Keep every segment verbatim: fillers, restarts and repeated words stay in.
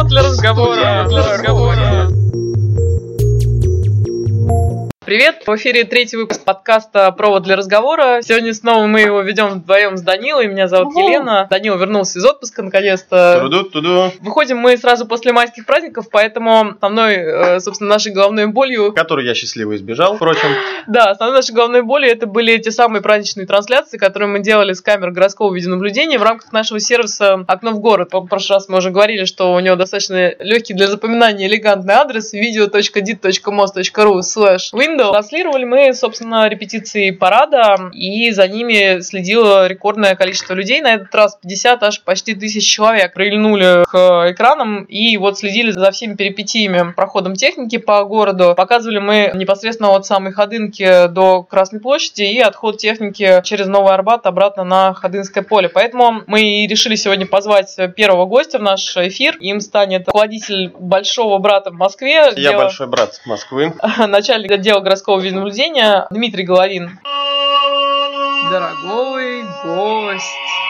Повод для разговора. Для разговора. Привет! В эфире третий выпуск подкаста «Провод для разговора». Сегодня снова мы его ведем вдвоем с Данилой. Меня зовут угу. Елена. Данила вернулся из отпуска наконец-то. Туду-туду. Выходим мы сразу после майских праздников, поэтому основной, собственно, нашей головной болью... Которую я счастливо избежал, впрочем. Да, основной нашей головной болью это были те самые праздничные трансляции, которые мы делали с камер городского видеонаблюдения в рамках нашего сервиса «Окно в город». В прошлый раз мы уже говорили, что у него достаточно легкий для запоминания элегантный адрес видео точка дит точка мос точка ру слэш window. Транслировали мы, собственно, репетиции парада, и за ними следило рекордное количество людей. На этот раз пятьдесят, аж почти тысяч человек прильнули к экранам и вот следили за всеми перипетиями проходом техники по городу. Показывали мы непосредственно от самой Ходынки до Красной площади и отход техники через Новый Арбат обратно на Ходынское поле. Поэтому мы и решили сегодня позвать первого гостя в наш эфир. Им станет руководитель большого брата в Москве. Я дело... большой брат Москвы. Начальник отдела городского видеонаблюдения Дмитрий Головин. Дорогой гость.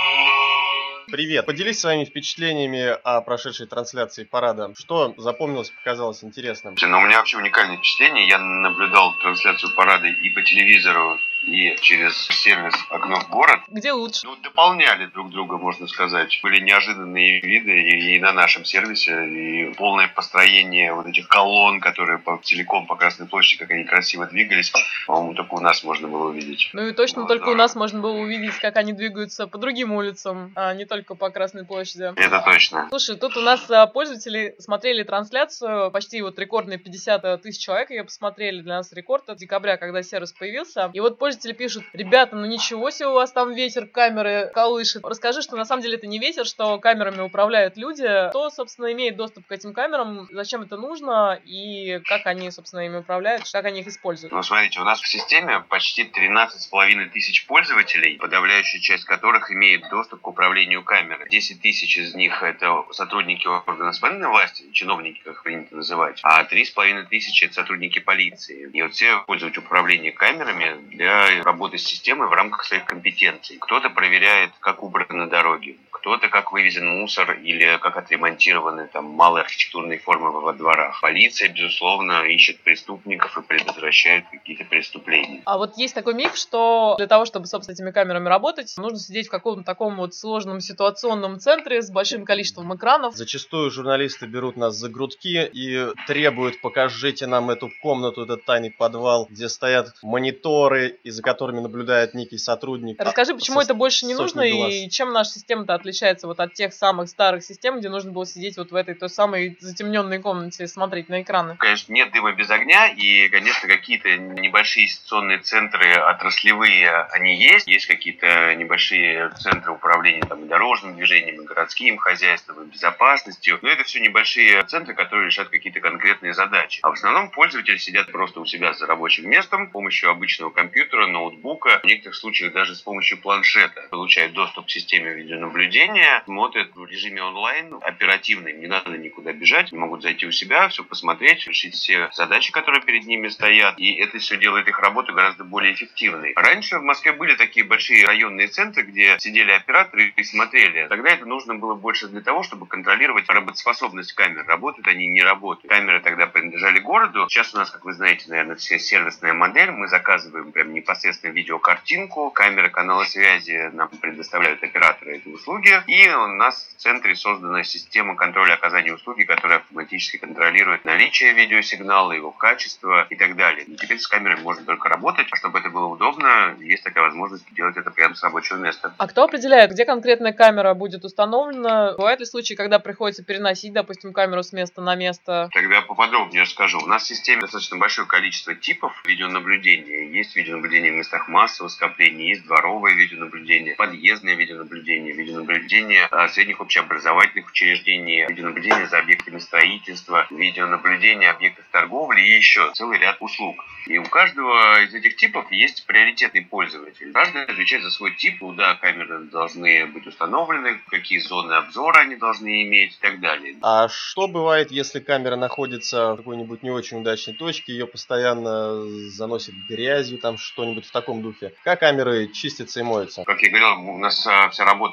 Привет. Поделись своими впечатлениями о прошедшей трансляции парада. Что запомнилось, показалось интересным? Ну, у меня вообще уникальное впечатление. Я наблюдал трансляцию парада и по телевизору, и через сервис «Окно в город». Где лучше? Ну, дополняли друг друга, можно сказать. Были неожиданные виды и, и на нашем сервисе, и полное построение вот этих колонн, которые по, целиком по Красной площади, как они красиво двигались, по-моему, только у нас можно было увидеть. Ну и точно вот, только да. у нас можно было увидеть, как они двигаются по другим улицам, а не только по Красной площади. Это точно. Слушай, тут у нас пользователи смотрели трансляцию, почти вот рекордные пятьдесят тысяч человек ее посмотрели, для нас рекорд от декабря, когда сервис появился. И вот пользователи пишут: ребята, ну ничего себе, у вас там ветер, камеры колышет. Расскажи, что на самом деле это не ветер, что камерами управляют люди. Кто, собственно, имеет доступ к этим камерам, зачем это нужно и как они, собственно, ими управляют, как они их используют? Ну, смотрите, у нас в системе почти тринадцать с половиной тысяч пользователей, подавляющая часть которых имеет доступ к управлению камерой. десять тысяч из них это сотрудники органов исполнительной власти, чиновники, как принято называть, а три с половиной тысячи это сотрудники полиции. И вот все пользуются управлением камерами для работы с системой в рамках своих компетенций. Кто-то проверяет, как убраны дороги, кто-то как вывезен мусор или как отремонтированы там малые архитектурные формы во дворах. Полиция, безусловно, ищет преступников и предотвращает какие-то преступления. А вот есть такой миф, что для того, чтобы, собственно, с этими камерами работать, нужно сидеть в каком-то таком вот сложном ситуационном центре с большим количеством экранов. Зачастую журналисты берут нас за грудки и требуют: покажите нам эту комнату, этот тайный подвал, где стоят мониторы, и за которыми наблюдает некий сотрудник. Расскажи, почему это больше не нужно и чем наша система-то отличается вот от тех самых старых систем, где нужно было сидеть вот в этой той самой затемненной комнате и смотреть на экраны? Конечно, нет дыма без огня, и, конечно, какие-то небольшие инвестиционные центры отраслевые, они есть. Есть какие-то небольшие центры управления там, и дорожным движением, и городским хозяйством, и безопасностью. Но это все небольшие центры, которые решают какие-то конкретные задачи. А в основном пользователи сидят просто у себя за рабочим местом с помощью обычного компьютера, ноутбука, в некоторых случаях даже с помощью планшета. Получают доступ к системе видеонаблюдения, смотрят в режиме онлайн, оперативно, им не надо никуда бежать, могут зайти у себя, все посмотреть, решить все задачи, которые перед ними стоят, и это все делает их работу гораздо более эффективной. Раньше в Москве были такие большие районные центры, где сидели операторы и смотрели. Тогда это нужно было больше для того, чтобы контролировать работоспособность камер. Работают они, не работают. Камеры тогда принадлежали городу. Сейчас у нас, как вы знаете, наверное, все сервисная модель. Мы заказываем прям непосредственно видеокартинку. Камеры канала связи нам предоставляют операторы этой услуги. И у нас в центре создана система контроля оказания услуги, которая автоматически контролирует наличие видеосигнала, его качество и так далее. И теперь с камерой можно только работать. А чтобы это было удобно, есть такая возможность делать это прямо с рабочего места. А кто определяет, где конкретная камера будет установлена? Бывают ли случаи, когда приходится переносить, допустим, камеру с места на место? Тогда поподробнее расскажу. У нас в системе достаточно большое количество типов видеонаблюдения. Есть видеонаблюдение в местах массового скопления, есть дворовое видеонаблюдение, подъездное видеонаблюдение, видеонаблюдение средних общеобразовательных учреждений, видеонаблюдение за объектами строительства, видеонаблюдение объектов торговли и еще целый ряд услуг. И у каждого из этих типов есть приоритетный пользователь. Каждый отвечает за свой тип, куда камеры должны быть установлены, какие зоны обзора они должны иметь и так далее. А что бывает, если камера находится в какой-нибудь не очень удачной точке, ее постоянно заносит грязью, там что-нибудь в таком духе? Как камеры чистятся и моются? Как я говорил, у нас вся работа по сервису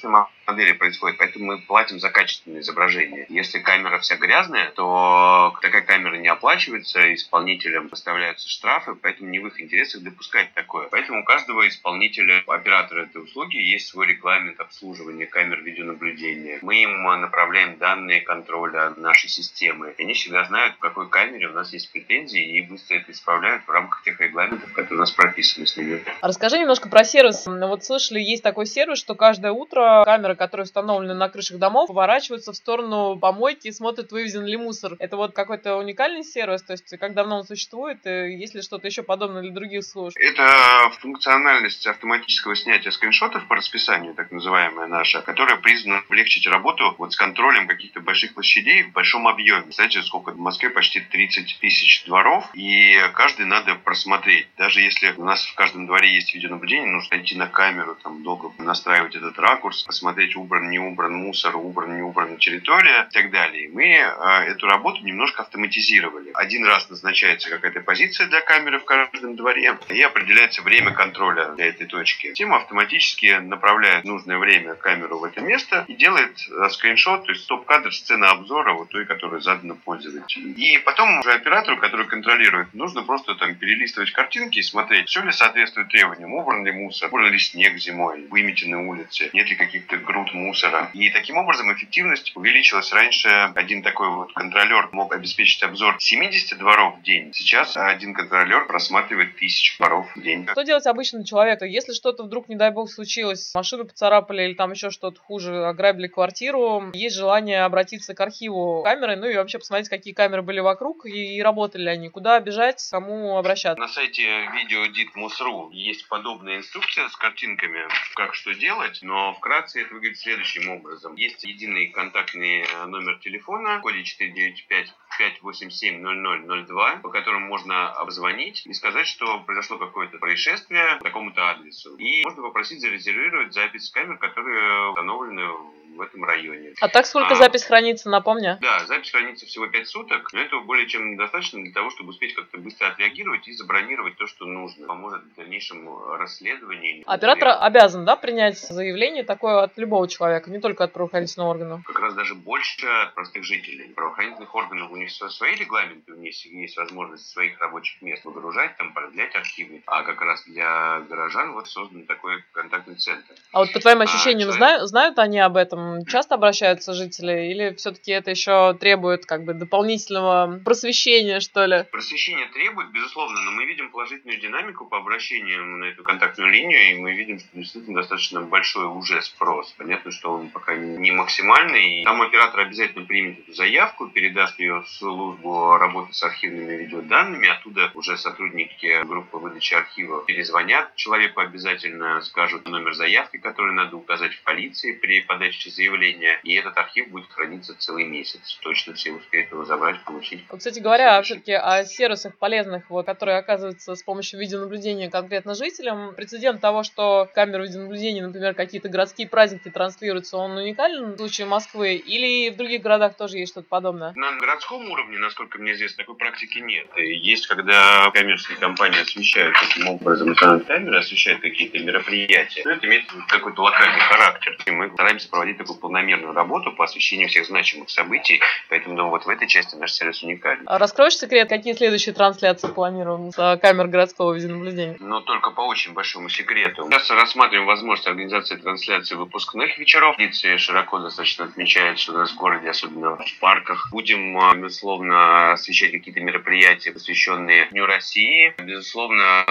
ручной модели происходит, поэтому мы платим за качественное изображение. Если камера вся грязная, то такая камера не оплачивается, исполнителям выставляются штрафы, поэтому не в их интересах допускать такое. Поэтому у каждого исполнителя, оператора этой услуги, есть свой регламент обслуживания камер видеонаблюдения. Мы им направляем данные контроля нашей системы. И они всегда знают, в какой камере у нас есть претензии, и быстро это исправляют в рамках тех регламентов, которые у нас прописаны с ними. Расскажи немножко про сервис. Вот слышали, есть такой сервис, что каждое утро камеры, которые установлены на крышах домов, поворачиваются в сторону помойки и смотрят, вывезен ли мусор. Это вот какой-то уникальный сервис? То есть как давно он существует? И есть ли что-то еще подобное для других служб? Это функциональность автоматического снятия скриншотов по расписанию, так называемая наша, которая призвана облегчить работу вот с контролем каких-то больших площадей в большом объеме. Знаете, сколько в Москве? Почти тридцать тысяч дворов, и каждый надо просмотреть. Даже если у нас в каждом дворе есть видеонаблюдение, нужно идти на камеру, там долго настраивать этот ракурс, посмотреть, убран, не убран мусор, убран, не убрана территория и так далее. Мы э, эту работу немножко автоматизировали. Один раз назначается какая-то позиция для камеры в каждом дворе, и определяется время контроля для этой точки. Система автоматически направляет в нужное время камеру в это место и делает э, скриншот, то есть стоп-кадр, сцена обзора, вот той, которая задана пользователю. И потом уже оператору, который контролирует, нужно просто там перелистывать картинки и смотреть, все ли соответствует требованиям, убран ли мусор, убран ли снег зимой, выметены улицы, нет ли каких-то груд мусора. И таким образом эффективность увеличилась. Раньше один такой вот контролер мог обеспечить обзор семьдесят дворов в день. Сейчас один контролер просматривает тысячу дворов в день. Что делать обычному человеку? Если что-то вдруг, не дай бог, случилось, машину поцарапали или там еще что-то хуже, ограбили квартиру, есть желание обратиться к архиву камеры, ну и вообще посмотреть, какие камеры были вокруг и, и работали ли они. Куда бежать, кому обращаться? На сайте видео.дитмус.ру есть подобная инструкция с картинками, как что делать, но вкратце это выглядит следующим образом. Есть единый контактный номер телефона в коде четыре девять пять пять восемь семь ноль ноль ноль два, по которому можно обзвонить и сказать, что произошло какое-то происшествие по такому-то адресу. И можно попросить зарезервировать запись камер, которые установлены в этом районе. А так сколько а, запись хранится, напомни? Да, запись хранится всего пять суток, но этого более чем достаточно для того, чтобы успеть как-то быстро отреагировать и забронировать то, что нужно. Поможет в дальнейшем расследовании. Оператор обязан, да, принять заявление такое от любого человека, не только от правоохранительного органа? Как раз даже больше от простых жителей. Правоохранительных органов у них свои регламенты, у них есть возможность своих рабочих мест выгружать, там, продлять архивы, а как раз для горожан вот создан такой контактный центр. А вот по твоим ощущениям, а, человек... знают, знают они об этом? Часто обращаются жители? Или все-таки это еще требует как бы дополнительного просвещения, что ли? Просвещение требует, безусловно, но мы видим положительную динамику по обращениям на эту контактную линию, и мы видим, что действительно достаточно большой уже спрос. Понятно, что он пока не максимальный. И там оператор обязательно примет эту заявку, передаст ее в службу работы с архивными видеоданными, оттуда уже сотрудники группы выдачи архивов перезвонят человеку обязательно, скажут номер заявки, который надо указать в полиции при подаче заявления, и этот архив будет храниться целый месяц. Точно все успеют его забрать, получить. Кстати говоря, все-таки о сервисах полезных, вот, которые оказываются с помощью видеонаблюдения конкретно жителям, прецедент того, что камеры видеонаблюдения, например, какие-то городские праздники транслируются, он уникален в случае Москвы, или в других городах тоже есть что-то подобное? На городском уровне, насколько мне известно, такой практики нет. Есть, когда коммерческие компании освещают таким образом, камеры освещают какие-то мероприятия, но это имеет какой-то локальный характер. И мы стараемся проводить такую полномерную работу по освещению всех значимых событий, поэтому ну, вот в этой части наш сервис уникален. А раскроешь секрет, какие следующие трансляции планируем с камер городского видеонаблюдения? Но только по очень большому секрету. Сейчас рассматриваем возможность организации трансляции выпускных вечеров. Полиция широко достаточно отмечает, что у нас в городе, особенно в парках, будем, безусловно, освещать какие-то мероприятия, посвященные Дню России. Безусловно,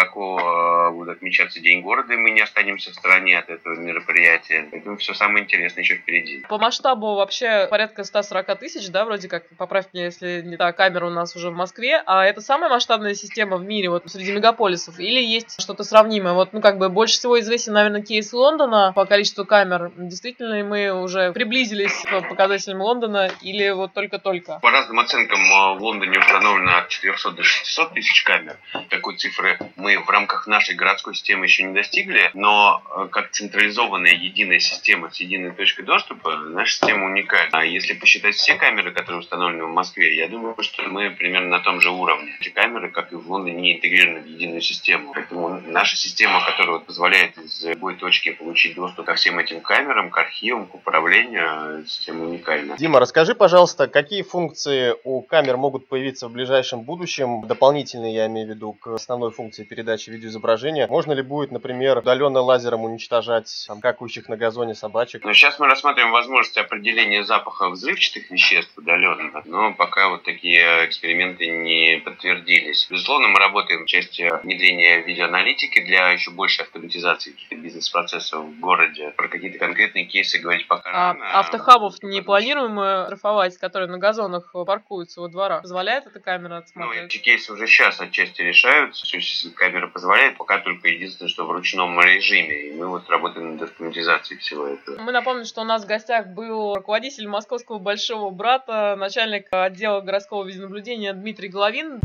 широко будет отмечаться День города, и мы не останемся в стороне от этого мероприятия. Поэтому все самое интересное еще впереди. По масштабу вообще порядка сто сорок тысяч, да, вроде как, поправь меня, если не та камера у нас уже в Москве, а это самая масштабная система в мире, вот среди мегаполисов, или есть что-то сравнимое? Вот, ну, как бы, больше всего известен, наверное, кейс Лондона по количеству камер. Действительно ли мы уже приблизились к показателям Лондона, или вот только-только? По разным оценкам, в Лондоне установлено от четырехсот до шестисот тысяч камер. Такой цифры мы в рамках нашей городской системы еще не достигли, но как централизованная единая система с единой точкой доступа, наша система уникальна. А если посчитать все камеры, которые установлены в Москве, я думаю, что мы примерно на том же уровне. Эти камеры, как и в Лондоне, не интегрированы в единую систему. Поэтому наша система, которая позволяет из любой точки получить доступ ко всем этим камерам, к архивам, к управлению, система уникальна. Дима, расскажи, пожалуйста, какие функции у камер могут появиться в ближайшем будущем, дополнительные, я имею в виду, к основной функции передачи видеоизображения? Можно ли будет, например, удаленно лазером уничтожать там, какающих на газоне собачек? Но сейчас мы рассматриваем возможность определения запаха взрывчатых веществ удаленно, но пока вот такие эксперименты не подтвердились. Безусловно, мы работаем в части внедрения видеоаналитики для еще большей автоматизации каких-то бизнес-процессов в городе. Про какие-то конкретные кейсы говорить пока а рано. Автохабов не планируем мы штрафовать, которые на газонах паркуются во дворах? Позволяет эта камера отсмотреть? Ну, эти кейсы уже сейчас отчасти решаются. Все, камера позволяет, пока только единственное, что в ручном режиме. И мы вот работаем над автоматизацией всего этого. Мы напомним, что у нас в гостях был руководитель московского большого брата, начальник отдела городского видеонаблюдения Дмитрий Головин.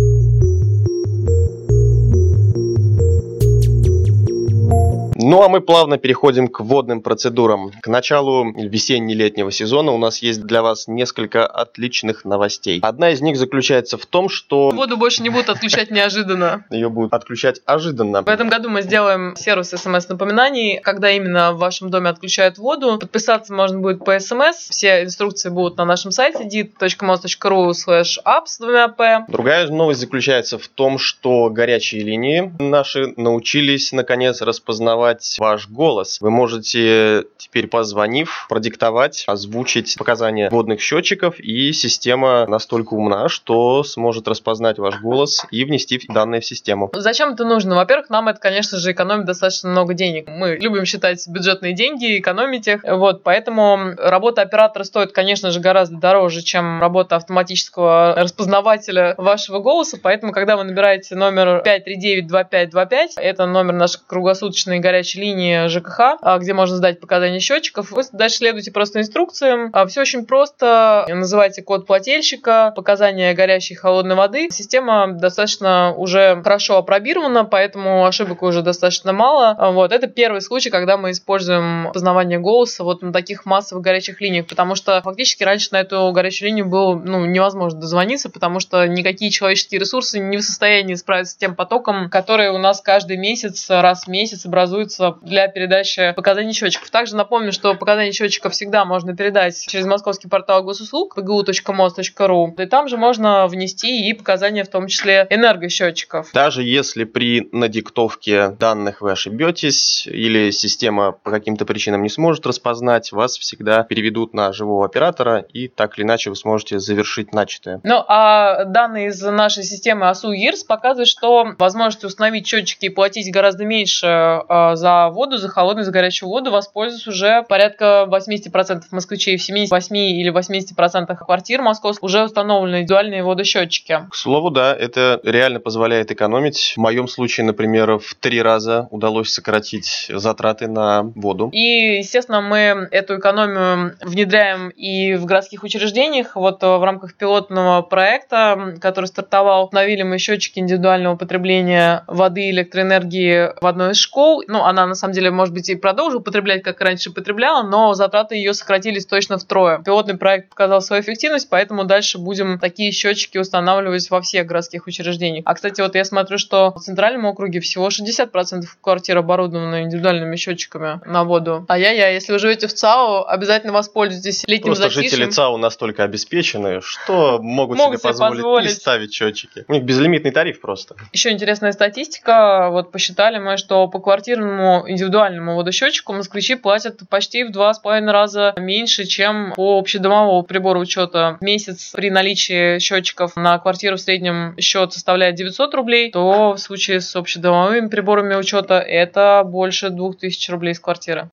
Ну а мы плавно переходим к водным процедурам. К началу весенне-летнего сезона у нас есть для вас несколько отличных новостей. Одна из них заключается в том, что... Воду больше не будут отключать неожиданно. Ее будут отключать ожиданно. В этом году мы сделаем сервис смс-напоминаний, когда именно в вашем доме отключают воду. Подписаться можно будет по смс. Все инструкции будут на нашем сайте ди ай точка мос точка ру слэш апп с двумя п. Другая новость заключается в том, что горячие линии наши научились наконец распознавать ваш голос. Вы можете теперь, позвонив, продиктовать, озвучить показания водных счетчиков, и система настолько умна, что сможет распознать ваш голос и внести данные в систему. Зачем это нужно? Во-первых, нам это, конечно же, экономит достаточно много денег. Мы любим считать бюджетные деньги, экономить их. Вот, поэтому работа оператора стоит, конечно же, гораздо дороже, чем работа автоматического распознавателя вашего голоса. Поэтому, когда вы набираете номер пять три девять два пять два пять, это номер нашей круглосуточной горячей линии ЖКХ, где можно сдать показания счетчиков. Вы дальше следуйте просто инструкциям. Все очень просто. Называйте код плательщика, показания горячей и холодной воды. Система достаточно уже хорошо опробирована, поэтому ошибок уже достаточно мало. Вот. Это первый случай, когда мы используем познавание голоса вот на таких массовых горячих линиях, потому что фактически раньше на эту горячую линию было ну, невозможно дозвониться, потому что никакие человеческие ресурсы не в состоянии справиться с тем потоком, который у нас каждый месяц, раз в месяц образуется для передачи показаний счетчиков. Также напомню, что показания счетчиков всегда можно передать через московский портал госуслуг пэ гэ у точка мос точка ру, и там же можно внести и показания, в том числе энергосчетчиков. Даже если при надиктовке данных вы ошибетесь или система по каким-то причинам не сможет распознать, вас всегда переведут на живого оператора, и так или иначе вы сможете завершить начатое. Ну, а данные из нашей системы эй эс ю ИРС показывают, что возможность установить счетчики и платить гораздо меньше э, за воду, за холодную, за горячую воду воспользуются уже порядка восемьдесят процентов москвичей. В семьдесят восемь или восемьдесят процентов квартир московских уже установлены индивидуальные водосчетчики. К слову, да, это реально позволяет экономить. В моем случае, например, в три раза удалось сократить затраты на воду. И, естественно, мы эту экономию внедряем и в городских учреждениях. Вот в рамках пилотного проекта, который стартовал, установили мы счетчики индивидуального потребления воды и электроэнергии в одной из школ. Ну, она, на самом деле, может быть, и продолжила потреблять, как раньше потребляла, но затраты ее сократились точно втрое. Пилотный проект показал свою эффективность, поэтому дальше будем такие счетчики устанавливать во всех городских учреждениях. А, кстати, вот я смотрю, что в Центральном округе всего шестьдесят процентов квартир оборудованы индивидуальными счетчиками на воду. Ай-яй-яй, если вы живете в ЦАО, обязательно воспользуйтесь летним Просто затишьем. жители ЦАО настолько обеспечены, что могут, могут себе позволить, позволить и ставить счетчики. У них безлимитный тариф просто. Еще интересная статистика. Вот посчитали мы, что по квартирному индивидуальному водосчетчику москвичи платят почти в два с половиной раза меньше, чем по общедомовому прибору учета. В месяц при наличии счетчиков на квартиру в среднем счет составляет девятьсот рублей, то в случае с общедомовыми приборами учета это больше двух тысяч рублей с квартиры.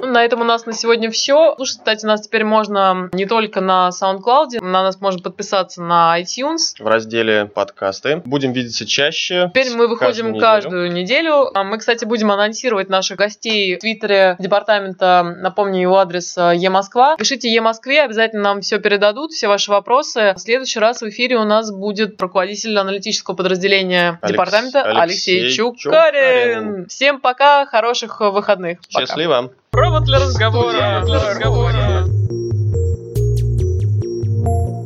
На этом у нас на сегодня все. Слушать, кстати, нас теперь можно не только на SoundCloud, на нас можно подписаться на iTunes. В разделе подкасты. Будем видеться чаще. Теперь мы выходим каждую, каждую неделю. Мы, кстати, будем анонсировать наших гостей в твиттере департамента, напомню, его адрес Е-Москва. Пишите Е-Москве, обязательно нам все передадут, все ваши вопросы. В следующий раз в эфире у нас будет руководитель аналитического подразделения Алекс, департамента Алексей, Алексей Чукарин. Чукарин. Всем пока, хороших выходных. Счастливо. Провод для разговора. Для разговора.